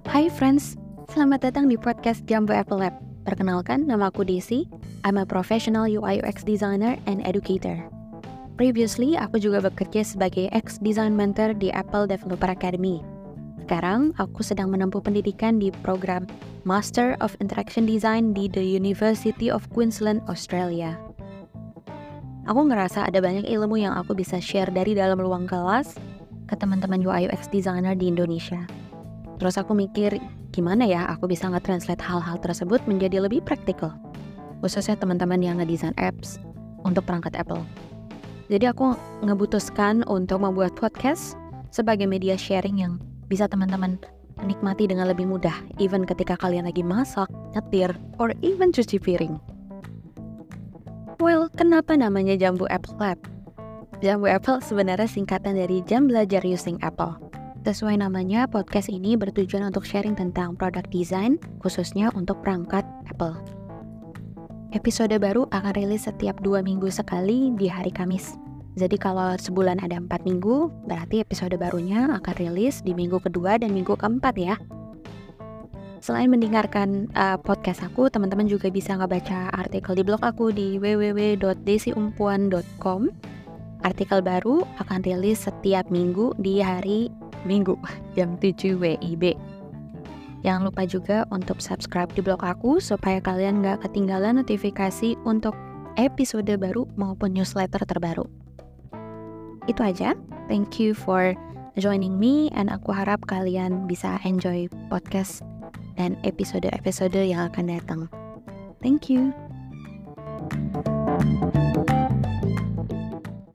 Hai friends, selamat datang di podcast Jambu Apple Lab. Perkenalkan, nama aku Desi. I'm a professional UI UX designer and educator. Previously, aku juga bekerja sebagai ex-design mentor di Apple Developer Academy. Sekarang, aku sedang menempuh pendidikan di program Master of Interaction Design di The University of Queensland, Australia. Aku ngerasa ada banyak ilmu yang aku bisa share dari dalam ruang kelas ke teman-teman UI UX designer di Indonesia. Terus aku mikir, gimana ya aku bisa nge-translate hal-hal tersebut menjadi lebih praktikal, khususnya teman-teman yang ngedesain apps untuk perangkat Apple. Jadi aku ngebutuskan untuk membuat podcast sebagai media sharing yang bisa teman-teman nikmati dengan lebih mudah, even ketika kalian lagi masak, nyetir, or even cuci piring. Well, kenapa namanya Jambu Apple Lab? Jambu Apple sebenarnya singkatan dari Jam Belajar Using Apple. Sesuai namanya, podcast ini bertujuan untuk sharing tentang produk desain, khususnya untuk perangkat Apple. Episode baru akan rilis setiap 2 minggu sekali di hari Kamis. Jadi kalau sebulan ada 4 minggu, berarti episode barunya akan rilis di minggu kedua dan minggu keempat ya. Selain mendengarkan podcast aku, teman-teman juga bisa ngebaca artikel di blog aku di www.desiumpuan.com. Artikel baru akan rilis setiap minggu di hari Minggu jam 7 WIB. Jangan lupa juga untuk subscribe di blog aku supaya kalian gak ketinggalan notifikasi untuk episode baru maupun newsletter terbaru. Itu aja. Thank you for joining me, and aku harap kalian bisa enjoy podcast dan episode-episode yang akan datang. Thank you.